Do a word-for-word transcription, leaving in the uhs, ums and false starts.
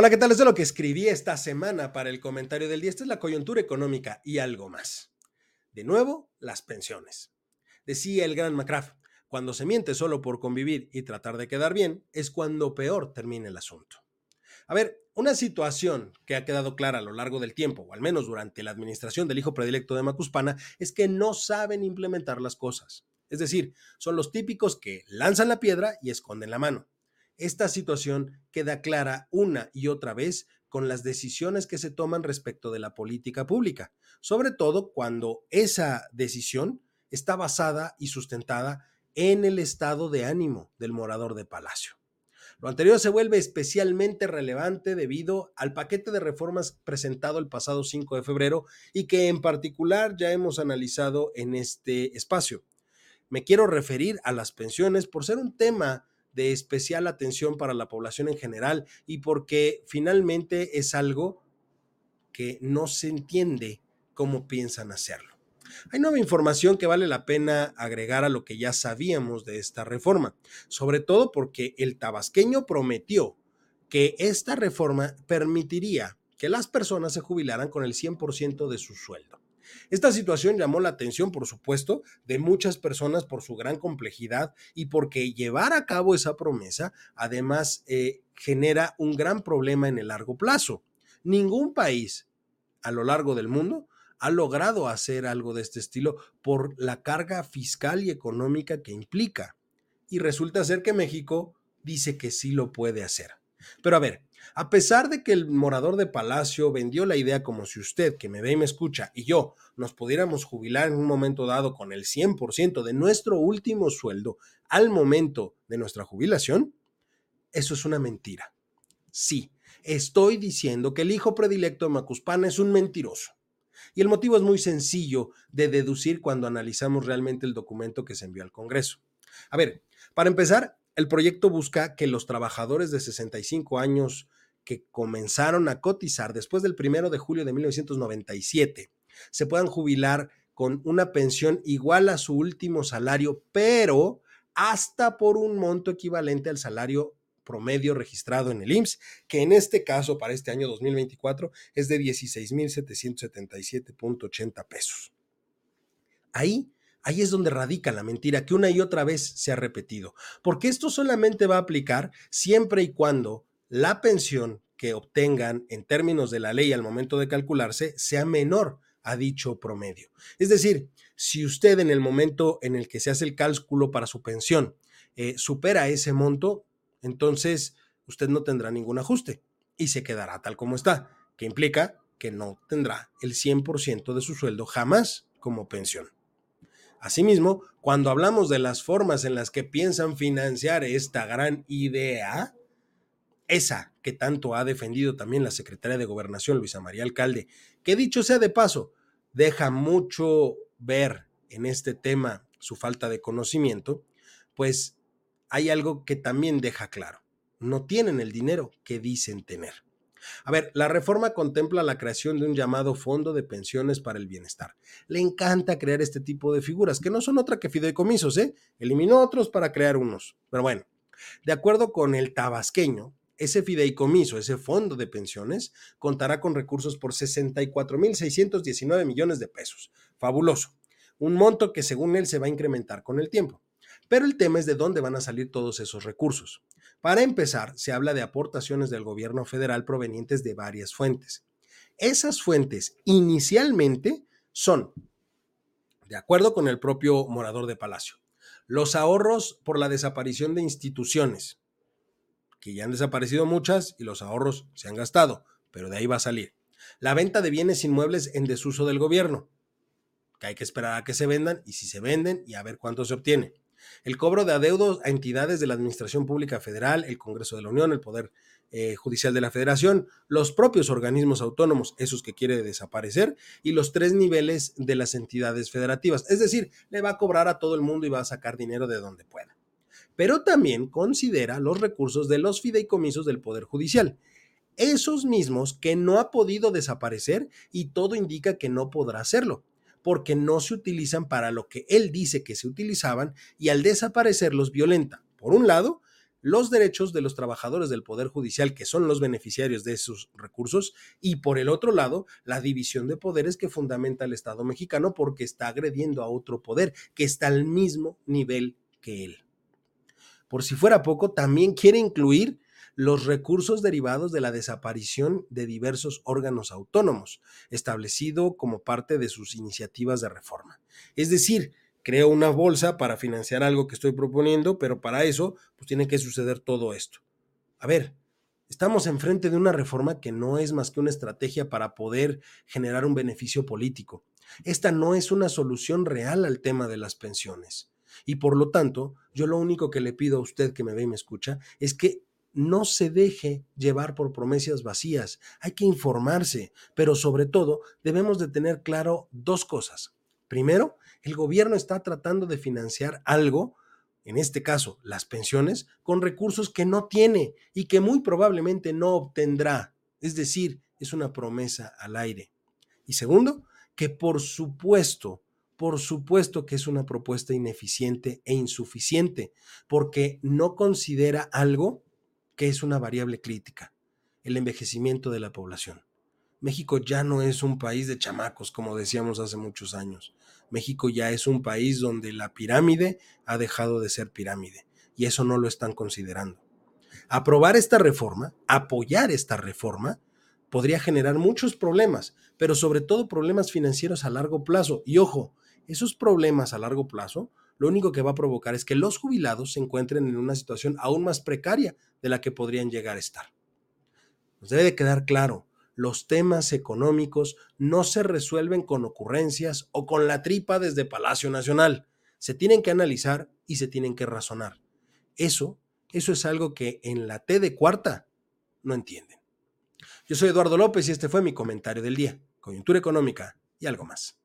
Hola, ¿qué tal? Esto es lo que escribí esta semana para el comentario del día. Esta es la coyuntura económica y algo más. De nuevo, las pensiones. Decía el gran McCraff, cuando se miente solo por convivir y tratar de quedar bien, es cuando peor termina el asunto. A ver, una situación que ha quedado clara a lo largo del tiempo, o al menos durante la administración del hijo predilecto de Macuspana, es que no saben implementar las cosas. Es decir, son los típicos que lanzan la piedra y esconden la mano. Esta situación queda clara una y otra vez con las decisiones que se toman respecto de la política pública, sobre todo cuando esa decisión está basada y sustentada en el estado de ánimo del morador de palacio. Lo anterior se vuelve especialmente relevante debido al paquete de reformas presentado el pasado cinco de febrero y que en particular ya hemos analizado en este espacio. Me quiero referir a las pensiones por ser un tema de especial atención para la población en general y porque finalmente es algo que no se entiende cómo piensan hacerlo. Hay nueva información que vale la pena agregar a lo que ya sabíamos de esta reforma, sobre todo porque el tabasqueño prometió que esta reforma permitiría que las personas se jubilaran con el cien por ciento de su sueldo. Esta situación llamó la atención, por supuesto, de muchas personas por su gran complejidad y porque llevar a cabo esa promesa, además, eh, genera un gran problema en el largo plazo. Ningún país a lo largo del mundo ha logrado hacer algo de este estilo por la carga fiscal y económica que implica. Y resulta ser que México dice que sí lo puede hacer. Pero a ver, a pesar de que el morador de Palacio vendió la idea como si usted, que me ve y me escucha, y yo nos pudiéramos jubilar en un momento dado con el cien por ciento de nuestro último sueldo al momento de nuestra jubilación, eso es una mentira. Sí, estoy diciendo que el hijo predilecto de Macuspana es un mentiroso. Y el motivo es muy sencillo de deducir cuando analizamos realmente el documento que se envió al Congreso. A ver, para empezar, el proyecto busca que los trabajadores de sesenta y cinco años que comenzaron a cotizar después del primero de julio de mil novecientos noventa y siete se puedan jubilar con una pensión igual a su último salario, pero hasta por un monto equivalente al salario promedio registrado en el I M S S, que en este caso para este año dos mil veinticuatro es de dieciséis mil setecientos setenta y siete punto ochenta pesos. Ahí, ahí es donde radica la mentira que una y otra vez se ha repetido, porque esto solamente va a aplicar siempre y cuando la pensión que obtengan en términos de la ley al momento de calcularse sea menor a dicho promedio. Es decir, si usted en el momento en el que se hace el cálculo para su pensión eh, supera ese monto, entonces usted no tendrá ningún ajuste y se quedará tal como está, que implica que no tendrá el cien por ciento de su sueldo jamás como pensión. Asimismo, cuando hablamos de las formas en las que piensan financiar esta gran idea, esa que tanto ha defendido también la secretaria de Gobernación, Luisa María Alcalde, que dicho sea de paso, deja mucho ver en este tema su falta de conocimiento, pues hay algo que también deja claro. No tienen el dinero que dicen tener. A ver, la reforma contempla la creación de un llamado Fondo de Pensiones para el Bienestar. Le encanta crear este tipo de figuras, que no son otra que fideicomisos, ¿eh? Eliminó otros para crear unos. Pero bueno, de acuerdo con el tabasqueño, ese fideicomiso, ese fondo de pensiones, contará con recursos por sesenta y cuatro mil seiscientos diecinueve millones de pesos. Fabuloso. Un monto que según él se va a incrementar con el tiempo. Pero el tema es de dónde van a salir todos esos recursos. Para empezar, se habla de aportaciones del gobierno federal provenientes de varias fuentes. Esas fuentes inicialmente son, de acuerdo con el propio morador de Palacio, los ahorros por la desaparición de instituciones, que ya han desaparecido muchas y los ahorros se han gastado, pero de ahí va a salir. La venta de bienes inmuebles en desuso del gobierno, que hay que esperar a que se vendan y si se venden y a ver cuánto se obtiene. El cobro de adeudos a entidades de la Administración Pública Federal, el Congreso de la Unión, el Poder eh, Judicial de la Federación, los propios organismos autónomos, esos que quiere desaparecer, y los tres niveles de las entidades federativas. Es decir, le va a cobrar a todo el mundo y va a sacar dinero de donde pueda. Pero también considera los recursos de los fideicomisos del Poder Judicial, esos mismos que no ha podido desaparecer y todo indica que no podrá hacerlo, porque no se utilizan para lo que él dice que se utilizaban y al desaparecerlos violenta, por un lado, los derechos de los trabajadores del Poder Judicial, que son los beneficiarios de esos recursos, y por el otro lado, la división de poderes que fundamenta el Estado mexicano porque está agrediendo a otro poder que está al mismo nivel que él. Por si fuera poco, también quiere incluir los recursos derivados de la desaparición de diversos órganos autónomos, establecido como parte de sus iniciativas de reforma. Es decir, creo una bolsa para financiar algo que estoy proponiendo, pero para eso pues tiene que suceder todo esto. A ver, estamos enfrente de una reforma que no es más que una estrategia para poder generar un beneficio político. Esta no es una solución real al tema de las pensiones. Y por lo tanto, yo lo único que le pido a usted que me ve y me escucha es que no se deje llevar por promesas vacías. Hay que informarse, pero sobre todo debemos de tener claro dos cosas. Primero, el gobierno está tratando de financiar algo, en este caso las pensiones, con recursos que no tiene y que muy probablemente no obtendrá. Es decir, es una promesa al aire. Y segundo, que por supuesto, por supuesto que es una propuesta ineficiente e insuficiente, porque no considera algo que es una variable crítica, el envejecimiento de la población. México ya no es un país de chamacos, como decíamos hace muchos años. México ya es un país donde la pirámide ha dejado de ser pirámide, y eso no lo están considerando. Aprobar esta reforma, apoyar esta reforma, podría generar muchos problemas, pero sobre todo problemas financieros a largo plazo. Y ojo, esos problemas a largo plazo, lo único que va a provocar es que los jubilados se encuentren en una situación aún más precaria de la que podrían llegar a estar. Nos debe de quedar claro, los temas económicos no se resuelven con ocurrencias o con la tripa desde Palacio Nacional. Se tienen que analizar y se tienen que razonar. Eso, eso es algo que en la T de cuarta no entienden. Yo soy Eduardo López y este fue mi comentario del día. Coyuntura económica y algo más.